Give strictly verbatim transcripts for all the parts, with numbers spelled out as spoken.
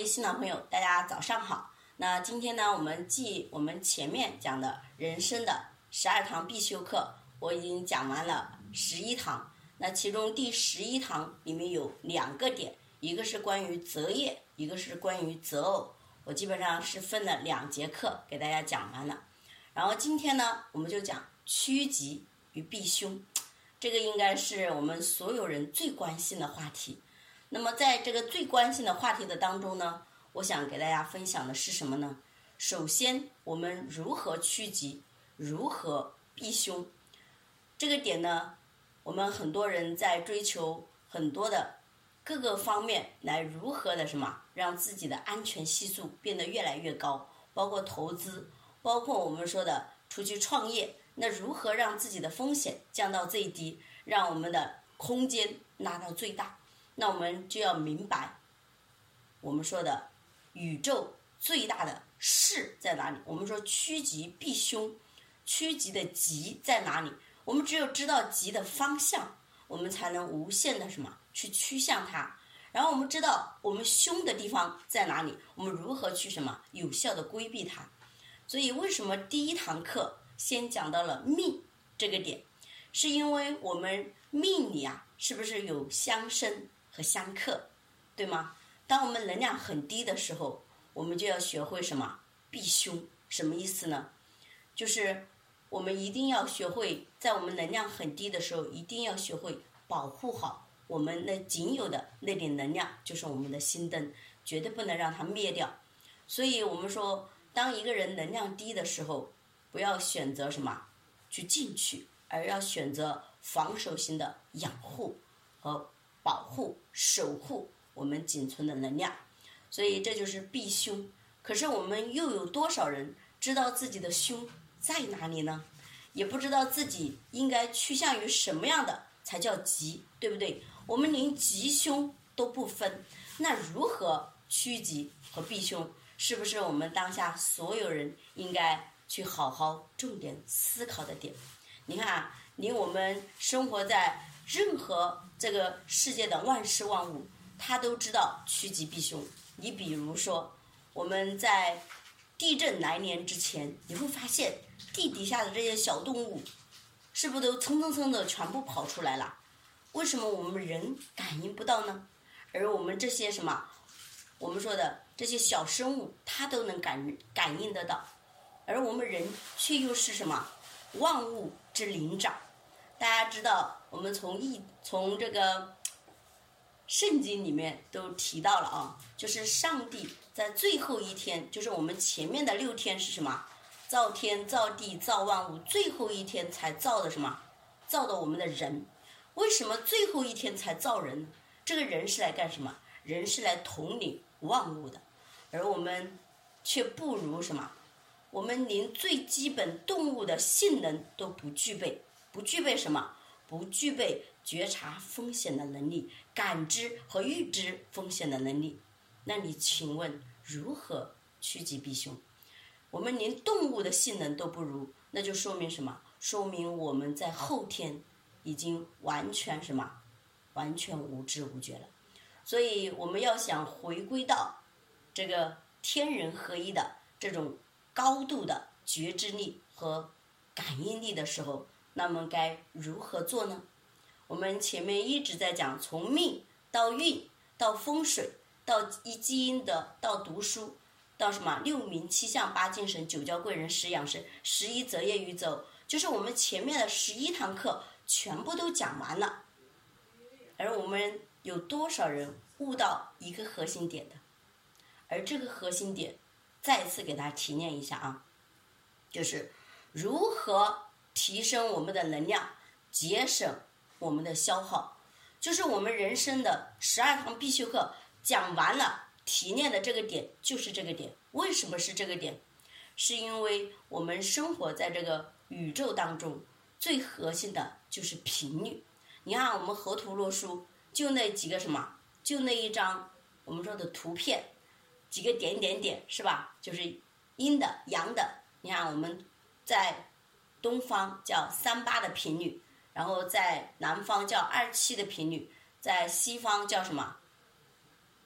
位新老朋友，大家早上好。那今天呢，我们继我们前面讲的人生的十二堂必修课，我已经讲完了十一堂。那其中第十一堂里面有两个点，一个是关于择业，一个是关于择偶。我基本上是分了两节课给大家讲完了。然后今天呢，我们就讲趋吉与避凶，这个应该是我们所有人最关心的话题。那么在这个最关心的话题的当中呢，我想给大家分享的是什么呢？首先，我们如何趋吉，如何避凶。这个点呢，我们很多人在追求很多的各个方面来如何的什么，让自己的安全系数变得越来越高，包括投资，包括我们说的出去创业，那如何让自己的风险降到最低，让我们的空间拉到最大。那我们就要明白我们说的宇宙最大的势在哪里。我们说趋吉避凶，趋吉的吉在哪里？我们只有知道吉的方向，我们才能无限的什么去趋向它。然后我们知道我们凶的地方在哪里，我们如何去什么有效的规避它。所以为什么第一堂课先讲到了命这个点，是因为我们命里啊，是不是有相生和相克，对吗？当我们能量很低的时候，我们就要学会什么避凶。什么意思呢？就是我们一定要学会在我们能量很低的时候，一定要学会保护好我们那仅有的那点能量，就是我们的心灯，绝对不能让它灭掉。所以我们说，当一个人能量低的时候，不要选择什么去进取，而要选择防守型的养护和保护守护我们仅存的能量。所以这就是避凶。可是我们又有多少人知道自己的凶在哪里呢？也不知道自己应该趋向于什么样的才叫吉，对不对？我们连吉凶都不分，那如何趋吉和避凶，是不是我们当下所有人应该去好好重点思考的点？你看啊，你我们生活在任何这个世界的万事万物，他都知道趋吉避凶。你比如说，我们在地震来临之前，你会发现地底下的这些小动物是不是都蹭蹭蹭的全部跑出来了？为什么我们人感应不到呢？而我们这些什么我们说的这些小生物，它都能感感应得到，而我们人却又是什么万物之灵长。大家知道，我们从一从这个圣经里面都提到了啊，就是上帝在最后一天，就是我们前面的六天是什么？造天造地造万物，最后一天才造的什么？造的我们的人。为什么最后一天才造人呢？这个人是来干什么？人是来统领万物的，而我们却不如什么？我们连最基本动物的性能都不具备。不具备什么？不具备觉察风险的能力，感知和预知风险的能力。那你请问如何趋吉避凶？我们连动物的性能都不如，那就说明什么？说明我们在后天已经完全什么？完全无知无觉了。所以我们要想回归到这个天人合一的这种高度的觉知力和感应力的时候，那么该如何做呢？我们前面一直在讲，从命到运到风水到一基因的到读书到什么六名七相八精神九交贵人十养生十一择业与择偶，就是我们前面的十一堂课全部都讲完了。而我们有多少人悟到一个核心点的？而这个核心点再次给大家提炼一下啊，就是如何提升我们的能量，节省我们的消耗。就是我们人生的十二堂必修课讲完了，提炼的这个点就是这个点。为什么是这个点？是因为我们生活在这个宇宙当中，最核心的就是频率。你看我们河图洛书就那几个什么，就那一张我们说的图片，几个点点点，是吧？就是阴的阳的。你看我们在东方叫三八的频率，然后在南方叫二七的频率，在西方叫什么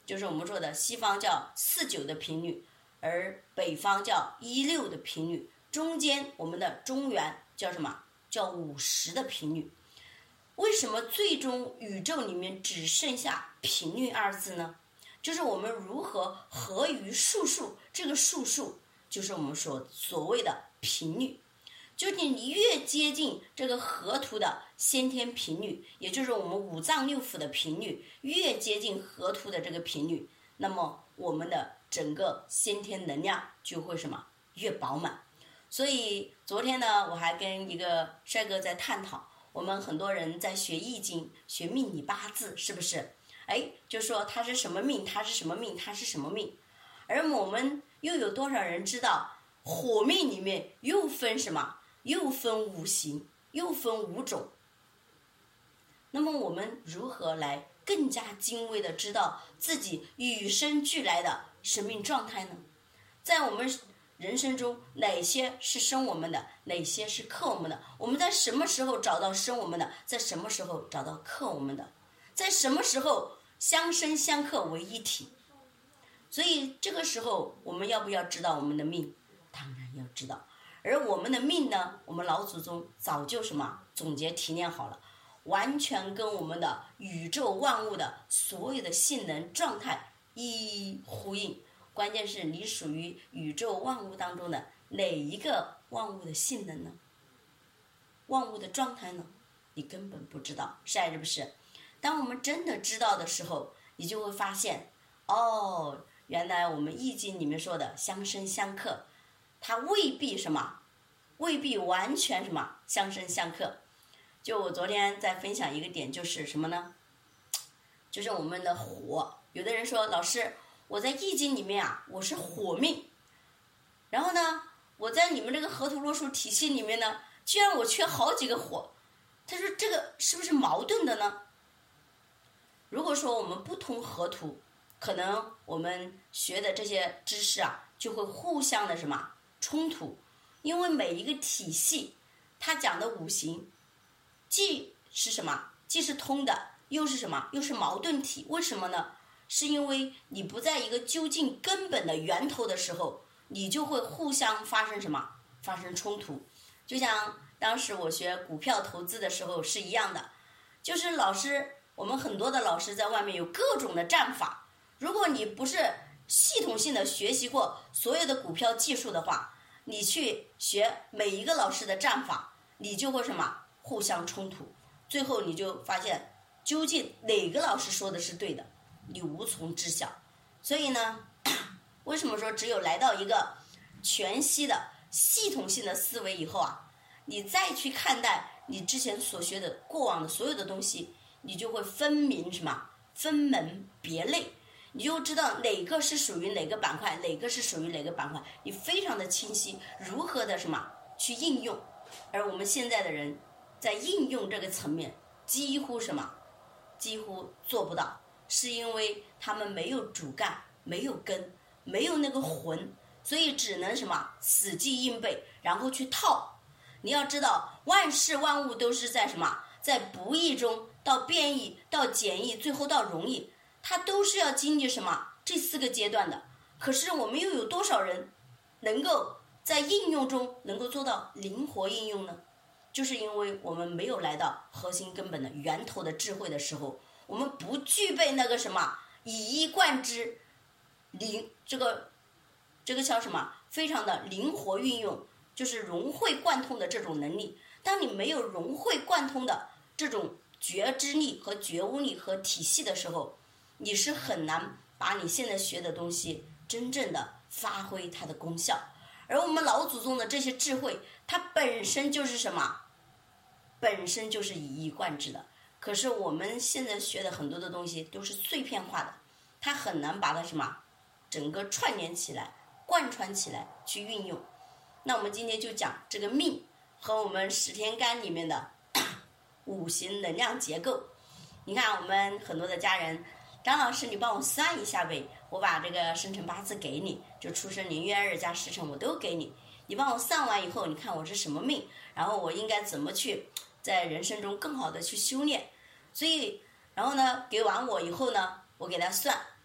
就是我们说的西方叫四九的频率，而北方叫一六的频率，中间我们的中原叫什么？叫五十的频率。为什么最终宇宙里面只剩下频率二字呢？就是我们如何合于数数，这个数数就是我们所所谓的频率。就是你越接近这个河图的先天频率，也就是我们五脏六腑的频率，越接近河图的这个频率，那么我们的整个先天能量就会什么？越饱满。所以昨天呢，我还跟一个帅哥在探讨，我们很多人在学易经、学命理八字，是不是？哎，就说他是什么命，他是什么命，他是什么命。而我们又有多少人知道火命里面又分什么？又分五行，又分五种。那么我们如何来更加精微的知道自己与生俱来的生命状态呢？在我们人生中，哪些是生我们的，哪些是克我们的？我们在什么时候找到生我们的，在什么时候找到克我们的？在什么时候相生相克为一体？所以这个时候我们要不要知道我们的命？当然要知道。而我们的命呢，我们老祖宗早就什么总结提炼好了，完全跟我们的宇宙万物的所有的性能状态一一呼应。关键是你属于宇宙万物当中的哪一个万物的性能呢？万物的状态呢？你根本不知道，是还是不是？当我们真的知道的时候，你就会发现，哦，原来我们易经里面说的相生相克，它未必什么，未必完全什么相生相克。就我昨天在分享一个点，就是什么呢？就是我们的火。有的人说，老师，我在易经里面啊，我是火命，然后呢，我在你们这个河图洛书体系里面呢，居然我缺好几个火。他说这个是不是矛盾的呢？如果说我们不同河图，可能我们学的这些知识啊，就会互相的什么冲突。因为每一个体系它讲的五行既是什么，既是通的，又是什么，又是矛盾体。为什么呢？是因为你不在一个究竟根本的源头的时候，你就会互相发生什么，发生冲突。就像当时我学股票投资的时候是一样的，就是老师，我们很多的老师在外面有各种的战法，如果你不是系统性的学习过所有的股票技术的话，你去学每一个老师的战法，你就会什么互相冲突，最后你就发现究竟哪个老师说的是对的，你无从知晓。所以呢，为什么说只有来到一个全息的系统性的思维以后啊，你再去看待你之前所学的过往的所有的东西，你就会分明什么，分门别类，你就知道哪个是属于哪个板块，哪个是属于哪个板块，你非常的清晰如何的什么去应用。而我们现在的人在应用这个层面几乎什么几乎做不到，是因为他们没有主干，没有根，没有那个魂，所以只能什么死记硬背，然后去套。你要知道万事万物都是在什么，在不易中到变易到简易，最后到容易，它都是要经历什么这四个阶段的。可是我们又有多少人能够在应用中能够做到灵活应用呢？就是因为我们没有来到核心根本的源头的智慧的时候，我们不具备那个什么以一贯之灵，这个这个叫什么非常的灵活运用，就是融会贯通的这种能力。当你没有融会贯通的这种觉知力和觉悟力和体系的时候，你是很难把你现在学的东西真正的发挥它的功效。而我们老祖宗的这些智慧，它本身就是什么，本身就是以一贯之的。可是我们现在学的很多的东西都是碎片化的，它很难把它什么整个串联起来，贯穿起来去运用。那我们今天就讲这个命和我们十天干里面的五行能量结构。你看我们很多的家人，张老师你帮我算一下呗，我把这个生辰八字给你，就出生年月日加时辰我都给你，你帮我算完以后，你看我是什么命，然后我应该怎么去在人生中更好的去修炼。所以然后呢给完我以后呢，我给他算，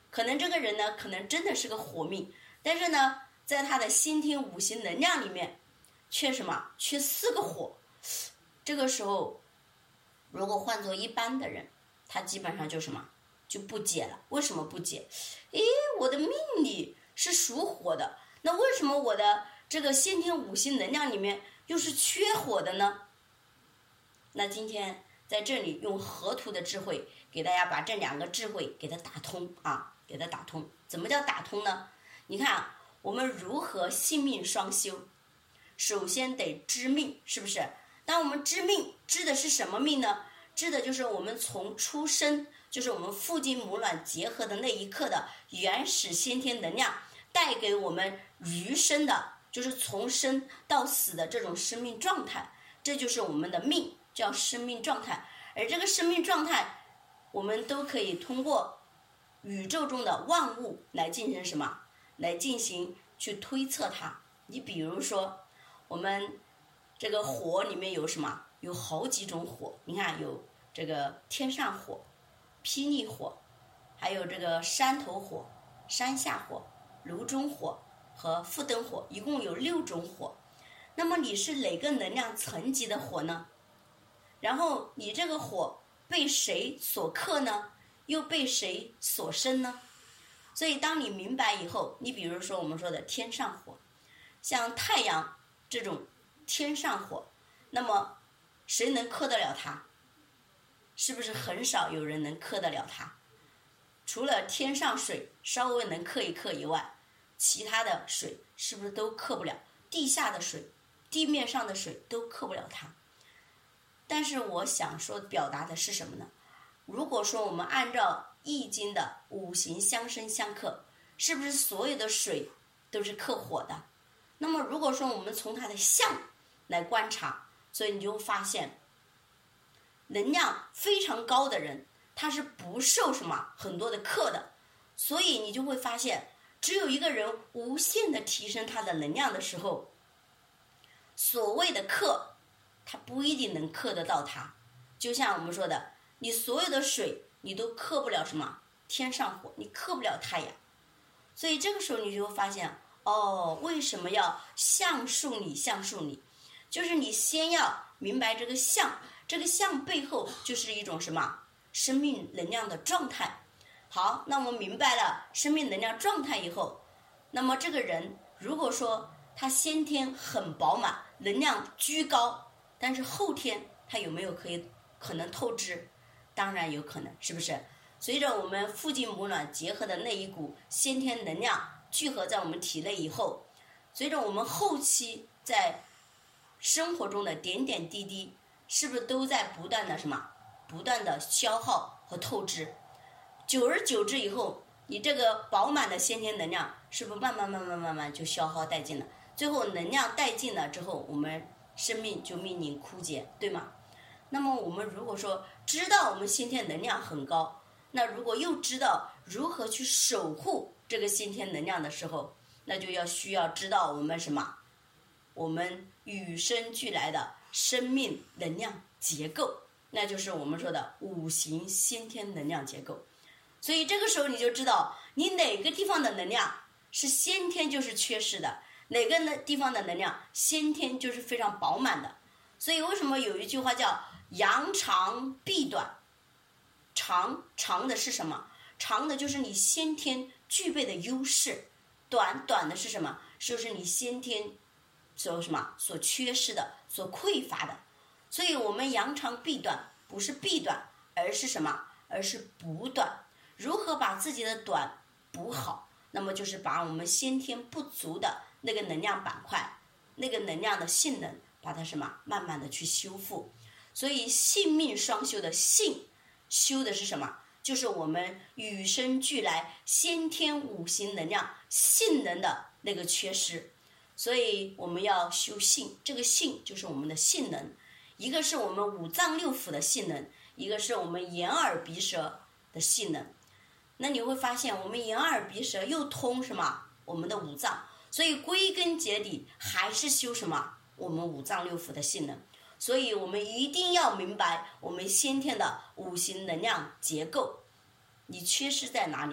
可能这个人呢，可能真的是个火命，但是呢，在他的先天五行能量里面，缺什么？缺四个火。这个时候，如果换做一般的人，他基本上就什么？就不解了。为什么不解？诶，我的命里是属火的，那为什么我的这个先天五行能量里面又是缺火的呢？那今天在这里用河图的智慧给大家把这两个智慧给它打通啊，给它打通。怎么叫打通呢？你看我们如何性命双修？首先得知命，是不是？当我们知命，知的是什么命呢？知的就是我们从出生，就是我们父精母卵结合的那一刻的原始先天能量，带给我们余生的，就是从生到死的这种生命状态，这就是我们的命，叫生命状态。而这个生命状态，我们都可以通过宇宙中的万物来进行什么？来进行去推测它。你比如说，我们这个火里面有什么？有好几种火，你看有这个天上火、霹雳火，还有这个山头火、山下火、炉中火和复灯火，一共有六种火。那么你是哪个能量层级的火呢？然后你这个火被谁所克呢？又被谁所生呢？所以当你明白以后，你比如说我们说的天上火，像太阳这种天上火，那么谁能克得了它？是不是很少有人能克得了它？除了天上水稍微能克一克以外，其他的水是不是都克不了？地下的水、地面上的水都克不了它。但是我想说表达的是什么呢？如果说我们按照易经的五行相生相克，是不是所有的水都是克火的？那么如果说我们从它的相来观察，所以你就发现能量非常高的人，他是不受什么很多的克的。所以你就会发现，只有一个人无限的提升他的能量的时候，所谓的克他不一定能克得到他。就像我们说的，你所有的水你都克不了什么天上火，你克不了太阳。所以这个时候你就会发现，哦，为什么要相数理相数理？就是你先要明白这个相，这个相背后就是一种什么生命能量的状态。好，那我们明白了生命能量状态以后，那么这个人如果说他先天很饱满，能量居高，但是后天他有没有可以可能透支？当然有可能，是不是？随着我们父精母卵结合的那一股先天能量聚合在我们体内以后，随着我们后期在生活中的点点滴滴，是不是都在不断的什么不断的消耗和透支？久而久之以后，你这个饱满的先天能量是不是慢慢慢慢慢慢就消耗殆尽了？最后能量殆尽了之后，我们生命就面临枯竭，对吗？那么我们如果说知道我们先天能量很高，那如果又知道如何去守护这个先天能量的时候，那就要需要知道我们什么？我们与生俱来的生命能量结构，那就是我们说的五行先天能量结构。所以这个时候你就知道你哪个地方的能量是先天就是缺失的，哪个呢地方的能量先天就是非常饱满的。所以为什么有一句话叫扬长避短？长长的是什么？长的就是你先天具备的优势，短短的是什么？就是你先天所什么所缺失的、所匮乏的。所以我们扬长避短，不是避短，而是什么？而是补短。如何把自己的短补好？那么就是把我们先天不足的那个能量板块、那个能量的性能，把它什么慢慢的去修复。所以性命双修的性，修的是什么？就是我们与生俱来先天五行能量性能的那个缺失。所以我们要修性，这个性就是我们的性能，一个是我们五脏六腑的性能，一个是我们眼耳鼻舌的性能。那你会发现我们眼耳鼻舌又通什么？我们的五脏。所以归根结底还是修什么？我们五脏六腑的性能。所以我们一定要明白我们先天的五行能量结构，你缺失在哪里？当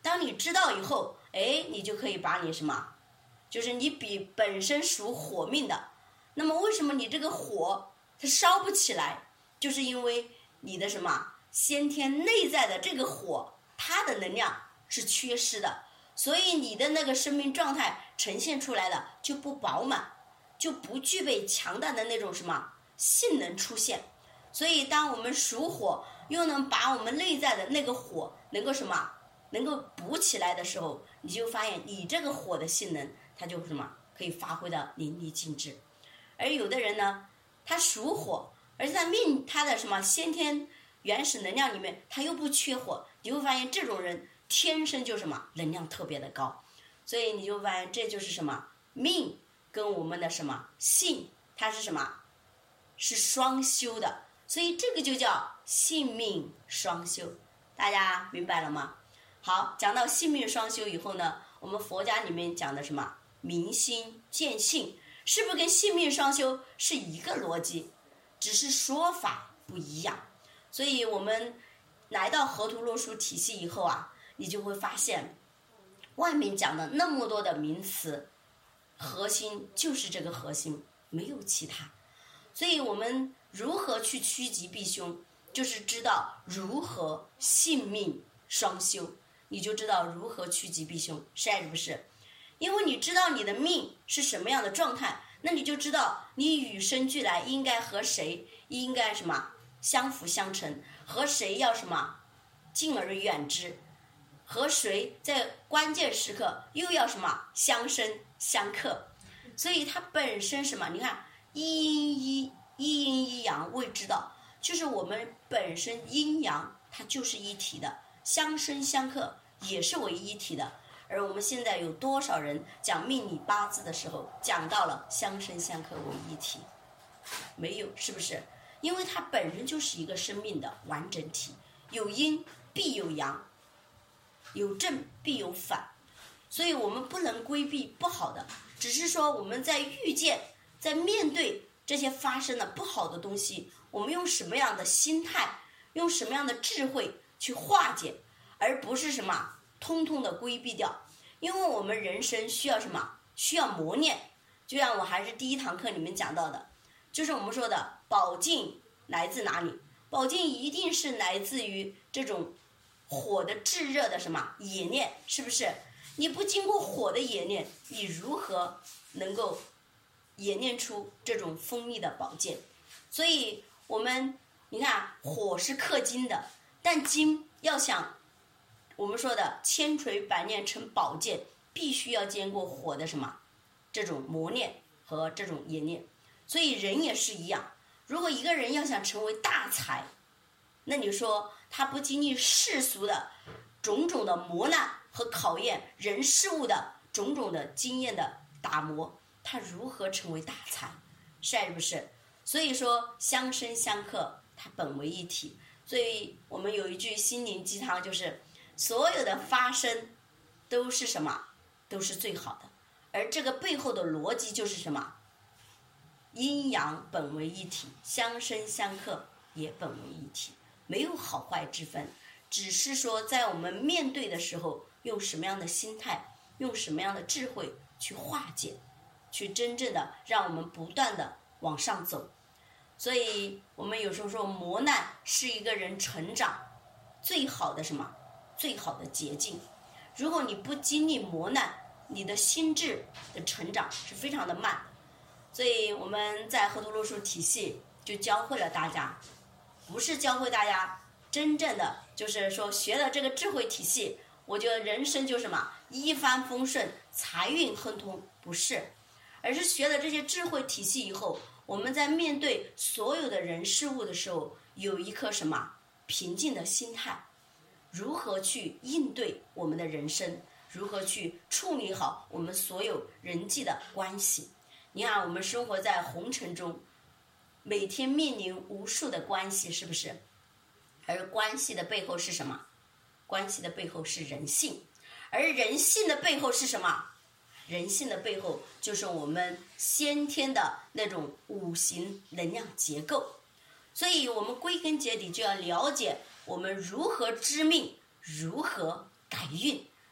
当你知道以后，哎，你就可以把你什么，就是你比本身属火命的，那么为什么你这个火它烧不起来，就是因为你的什么先天内在的这个火，它的能量是缺失的，所以你的那个生命状态呈现出来的就不饱满，就不具备强大的那种什么性能出现。所以当我们属火又能把我们内在的那个火能够什么能够补起来的时候，你就发现你这个火的性能它就什么可以发挥的淋漓尽致。而有的人呢，他属火，而且他命他的什么先天原始能量里面他又不缺火，你会发现这种人天生就什么能量特别的高。所以你就发现这就是什么命跟我们的什么性它是什么是双修的，所以这个就叫性命双修。大家明白了吗？好，讲到性命双修以后呢，我们佛家里面讲的什么明心见性，是不是跟性命双修是一个逻辑，只是说法不一样。所以我们来到河图洛书体系以后啊，你就会发现外面讲的那么多的名词，核心就是这个核心，没有其他。所以我们如何去趋吉避凶，就是知道如何性命双修，你就知道如何趋吉避凶，是还是不是？因为你知道你的命是什么样的状态，那你就知道你与生俱来应该和谁应该什么相辅相成，和谁要什么敬而远之，和谁在关键时刻又要什么相生相克。所以它本身什么，你看一阴一一阴一阳谓之道，就是我们本身阴阳它就是一体的，相生相克也是为一体的。而我们现在有多少人讲命理八字的时候讲到了相生相克为一体？没有，是不是？因为它本身就是一个生命的完整体，有阴必有阳，有正必有反，所以我们不能规避不好的，只是说我们在遇见在面对这些发生的不好的东西，我们用什么样的心态，用什么样的智慧去化解，而不是什么通通的规避掉。因为我们人生需要什么？需要磨练。就像我还是第一堂课里面讲到的，就是我们说的宝镜来自哪里？宝镜一定是来自于这种火的炙热的什么冶炼，是不是？你不经过火的冶炼，你如何能够冶炼出这种锋利的宝剑？所以我们你看火是克金的，但金要想我们说的千锤百炼成宝剑，必须要经过火的什么这种磨练和这种冶炼。所以人也是一样，如果一个人要想成为大才，那你说他不经历世俗的种种的磨难和考验，人事物的种种的经验的打磨，他如何成为大才？是还是不是？所以说相生相克它本为一体。所以我们有一句心灵鸡汤，就是所有的发生都是什么？都是最好的。而这个背后的逻辑就是什么？阴阳本为一体，相生相克也本为一体，没有好坏之分，只是说在我们面对的时候，用什么样的心态，用什么样的智慧去化解，去真正的让我们不断的往上走。所以我们有时候说磨难是一个人成长最好的什么最好的捷径。如果你不经历磨难，你的心智的成长是非常的慢。所以我们在河图洛书体系就教会了大家，不是教会大家真正的就是说学了这个智慧体系，我觉得人生就什么一帆风顺财运亨通，不是，而是学了这些智慧体系以后，我们在面对所有的人事物的时候，有一颗什么平静的心态，如何去应对我们的人生，如何去处理好我们所有人际的关系。你看我们生活在红尘中，每天面临无数的关系，是不是？而关系的背后是什么？关系的背后是人性，而人性的背后是什么？人性的背后就是我们先天的那种五行能量结构。所以我们归根结底就要了解我们如何知命，如何改运。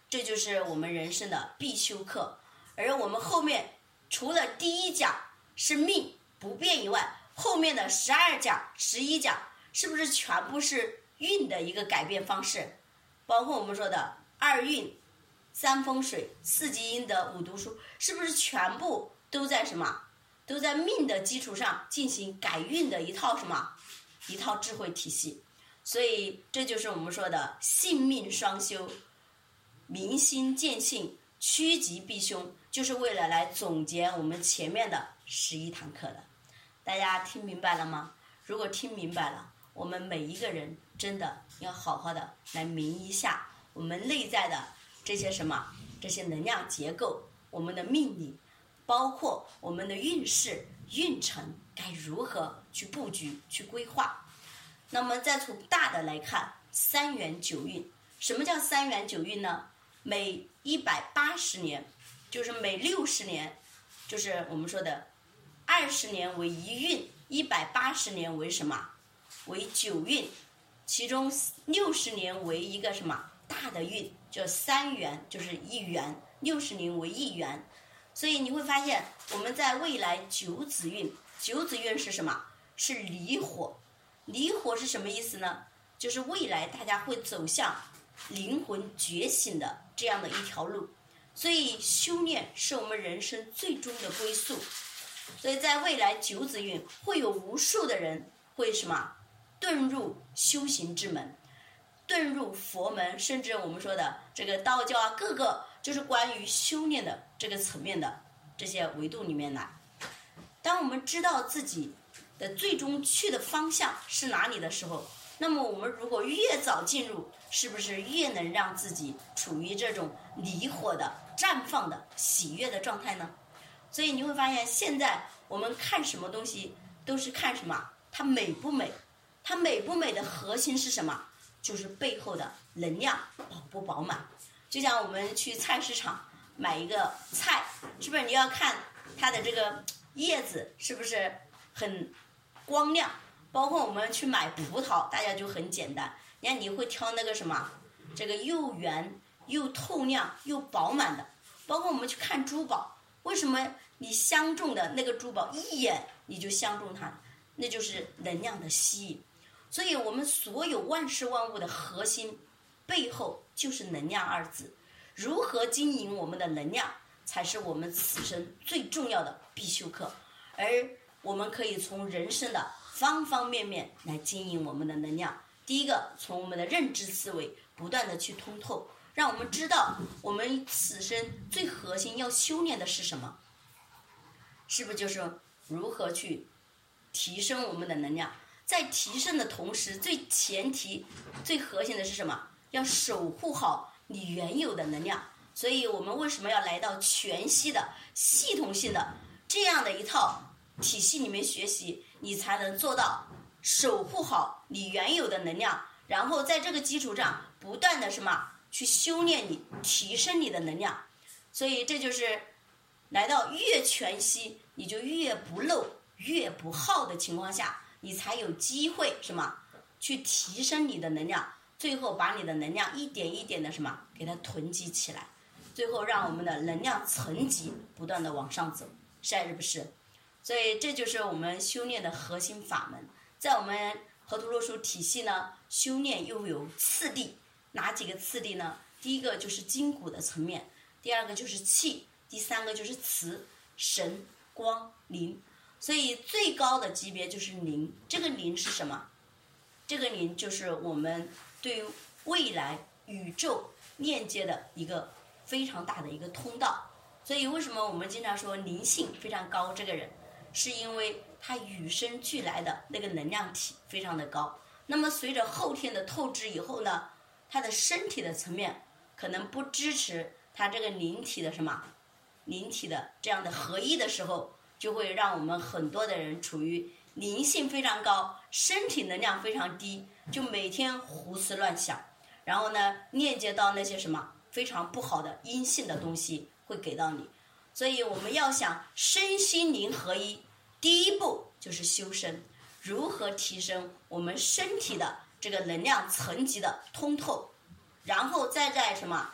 这就是我们人生的必修课。而我们后面除了第一讲是命不变以外，后面的十二讲、十一讲是不是全部是运的一个改变方式？包括我们说的二运、三风水、四积阴德、五读书，是不是全部都在什么？都在命的基础上进行改运的一套什么？一套智慧体系。所以这就是我们说的性命双修，明心见性，趋吉避凶，就是为了来总结我们前面的十一堂课的。大家听明白了吗？如果听明白了，我们每一个人真的要好好的来明一下我们内在的这些什么，这些能量结构，我们的命理，包括我们的运势、运程该如何去布局、去规划。那么再从大的来看，三元九运。什么叫三元九运呢？每一百八十年，就是每六十年，就是我们说的二十年为一运，一百八十年为什么？为九运，其中六十年为一个什么大的运，叫三元，就是一元，六十年为一元。所以你会发现，我们在未来九子运，九子运是什么？是离火。离火是什么意思呢？就是未来大家会走向灵魂觉醒的这样的一条路。所以修炼是我们人生最终的归宿。所以在未来九子运会有无数的人会什么遁入修行之门，遁入佛门，甚至我们说的这个道教啊，各个就是关于修炼的这个层面的这些维度里面来。当我们知道自己的最终去的方向是哪里的时候，那么我们如果越早进入，是不是越能让自己处于这种离火的绽放的喜悦的状态呢？所以你会发现，现在我们看什么东西都是看什么，它美不美，它美不美的核心是什么？就是背后的能量饱不饱满。就像我们去菜市场买一个菜，是不是你要看它的这个叶子是不是很光亮？包括我们去买葡萄，大家就很简单，你看你会挑那个什么，这个又圆又透亮又饱满的。包括我们去看珠宝，为什么你相中的那个珠宝一眼你就相中它？那就是能量的吸引。所以我们所有万事万物的核心背后就是能量二字。如何经营我们的能量，才是我们此生最重要的必修课。而我们可以从人生的方方面面来经营我们的能量。第一个，从我们的认知思维不断的去通透，让我们知道我们此生最核心要修炼的是什么，是不是就是如何去提升我们的能量。在提升的同时，最前提最核心的是什么？要守护好你原有的能量。所以我们为什么要来到全息的系统性的这样的一套体系里面学习，你才能做到守护好你原有的能量，然后在这个基础上不断的什么去修炼你，提升你的能量。所以这就是来到越全息你就越不漏越不耗的情况下，你才有机会什么去提升你的能量，最后把你的能量一点一点的什么给它囤积起来，最后让我们的能量层级不断的往上走，是还是不是？所以这就是我们修炼的核心法门。在我们河图洛书体系呢，修炼又有次第，哪几个次第呢？第一个就是筋骨的层面，第二个就是气，第三个就是磁、神、光、灵。所以最高的级别就是灵。这个灵是什么？这个灵就是我们对未来宇宙链接的一个非常大的一个通道。所以为什么我们经常说灵性非常高，这个人是因为他与生俱来的那个能量体非常的高。那么随着后天的透支以后呢，他的身体的层面可能不支持他这个灵体的什么灵体的这样的合一的时候，就会让我们很多的人处于灵性非常高，身体能量非常低，就每天胡思乱想，然后呢链接到那些什么非常不好的阴性的东西会给到你。所以我们要想身心灵合一，第一步就是修身。如何提升我们身体的这个能量层级的通透，然后再在什么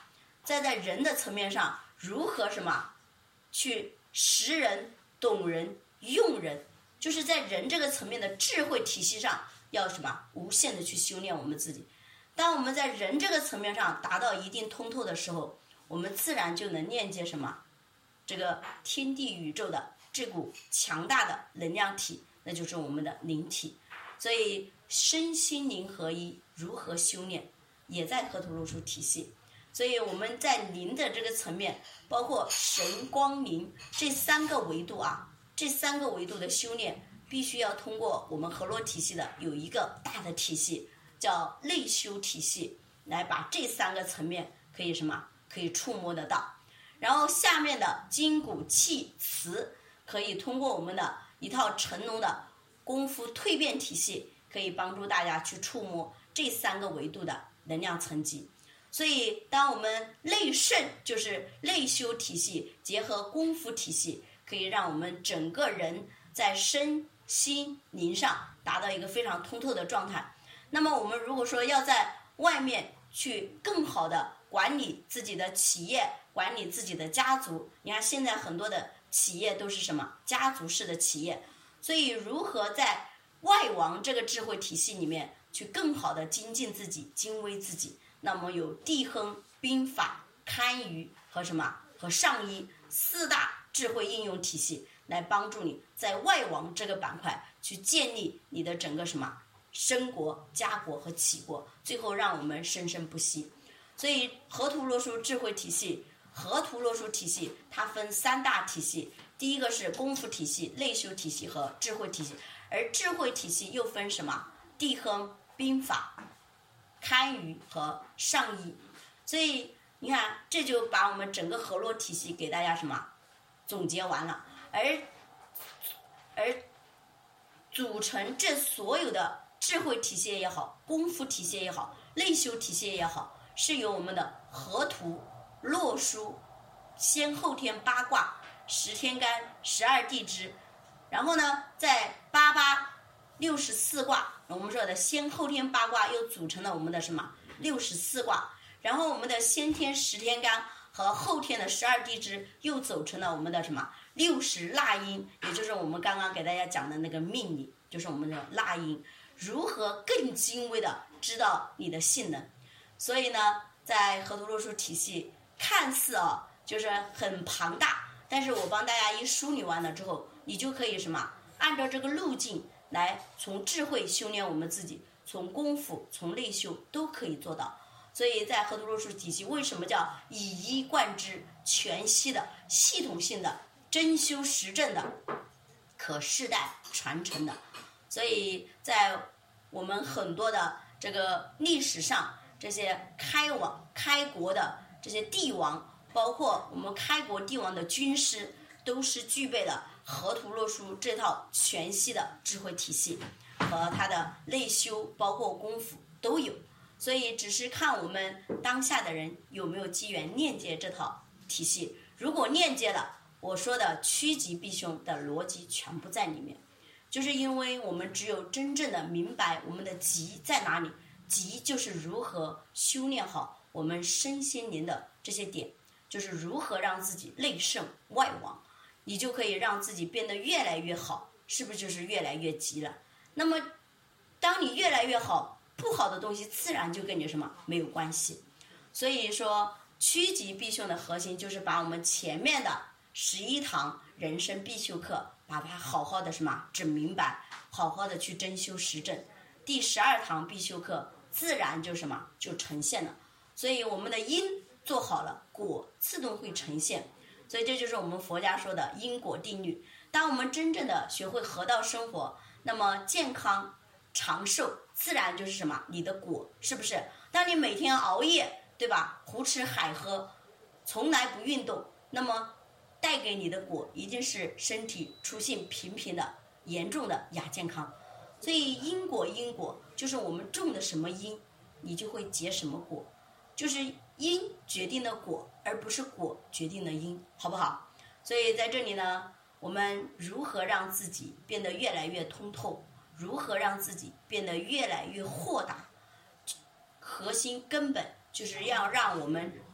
再在人的层面上如何什么去识人、懂人、用人，就是在人这个层面的智慧体系上要什么无限的去修炼我们自己。当我们在人这个层面上达到一定通透的时候，我们自然就能链接什么这个天地宇宙的这股强大的能量体，那就是我们的灵体。所以身心灵合一如何修炼，也在河图洛书体系。所以我们在灵的这个层面，包括神光灵这三个维度啊，这三个维度的修炼，必须要通过我们河洛体系的有一个大的体系，叫内修体系，来把这三个层面可以什么可以触摸得到。然后下面的筋骨气磁，可以通过我们的一套成龙的功夫蜕变体系，可以帮助大家去触摸这三个维度的能量层级。所以当我们内圣，就是内修体系结合功夫体系，可以让我们整个人在身心灵上达到一个非常通透的状态。那么我们如果说要在外面去更好的管理自己的企业，管理自己的家族，你看现在很多的企业都是什么家族式的企业，所以如何在外王这个智慧体系里面去更好的精进自己，精微自己，那么有地亨、兵法、堪舆和什么和上医四大智慧应用体系，来帮助你在外王这个板块去建立你的整个什么升国、家国和齐国，最后让我们生生不息。所以河图洛书智慧体系，河图洛书体系它分三大体系，第一个是功夫体系、内修体系和智慧体系，而智慧体系又分什么地亨、兵法、堪舆和上医。所以你看，这就把我们整个河洛体系给大家什么总结完了。而而组成这所有的智慧体系也好，功夫体系也好，内修体系也好，是由我们的河图洛书先后天八卦、十天干、十二地支，然后呢在八八六十四卦，我们说的先后天八卦又组成了我们的什么六十四卦，然后我们的先天十天干和后天的十二地支又走成了我们的什么六十纳音，也就是我们刚刚给大家讲的那个命理，就是我们的纳音，如何更精微的知道你的性能。所以呢，在河图洛书体系看似啊就是很庞大，但是我帮大家一梳理完了之后，你就可以什么按照这个路径来从智慧修炼我们自己，从功夫从内修都可以做到。所以在河图洛书体系为什么叫以一贯之、全息的、系统性的、真修实证的、可世代传承的。所以在我们很多的这个历史上，这些开王开国的这些帝王，包括我们开国帝王的军师，都是具备了河图洛书这套全息的智慧体系和它的内修，包括功夫都有。所以只是看我们当下的人有没有机缘链接这套体系。如果链接了，我说的趋吉避凶的逻辑全部在里面。就是因为我们只有真正的明白我们的吉在哪里，吉就是如何修炼好我们身心灵的这些点，就是如何让自己内圣外王，你就可以让自己变得越来越好，是不是就是越来越吉了？那么当你越来越好，不好的东西自然就跟你什么没有关系。所以说趋吉避凶的核心就是把我们前面的十一堂人生必修课把它好好的什么整明白，好好的去真修实证，第十二堂必修课自然就什么就呈现了。所以我们的因做好了，果自动会呈现。所以这就是我们佛家说的因果定律。当我们真正的学会河道生活，那么健康长寿自然就是什么你的果，是不是？当你每天熬夜，对吧，胡吃海喝，从来不运动，那么带给你的果一定是身体出现频频的严重的亚健康。所以因果因果就是我们种的什么因，你就会结什么果，就是因决定了果，而不是果决定了因，好不好？所以在这里呢，我们如何让自己变得越来越通透，如何让自己变得越来越豁达，核心根本就是要让我们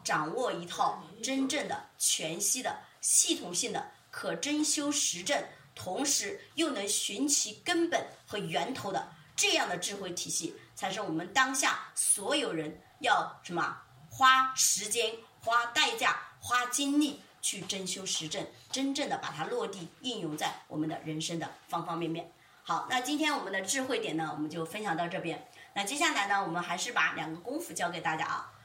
掌握一套真正的、全息的、系统性的、可真修实证，同时又能寻其根本和源头的这样的智慧体系，才是我们当下所有人要什么花时间、花代价、花精力去真修实证，真正的把它落地应用在我们的人生的方方面面。好，那今天我们的智慧点呢，我们就分享到这边。那接下来呢，我们还是把两个功夫教给大家啊。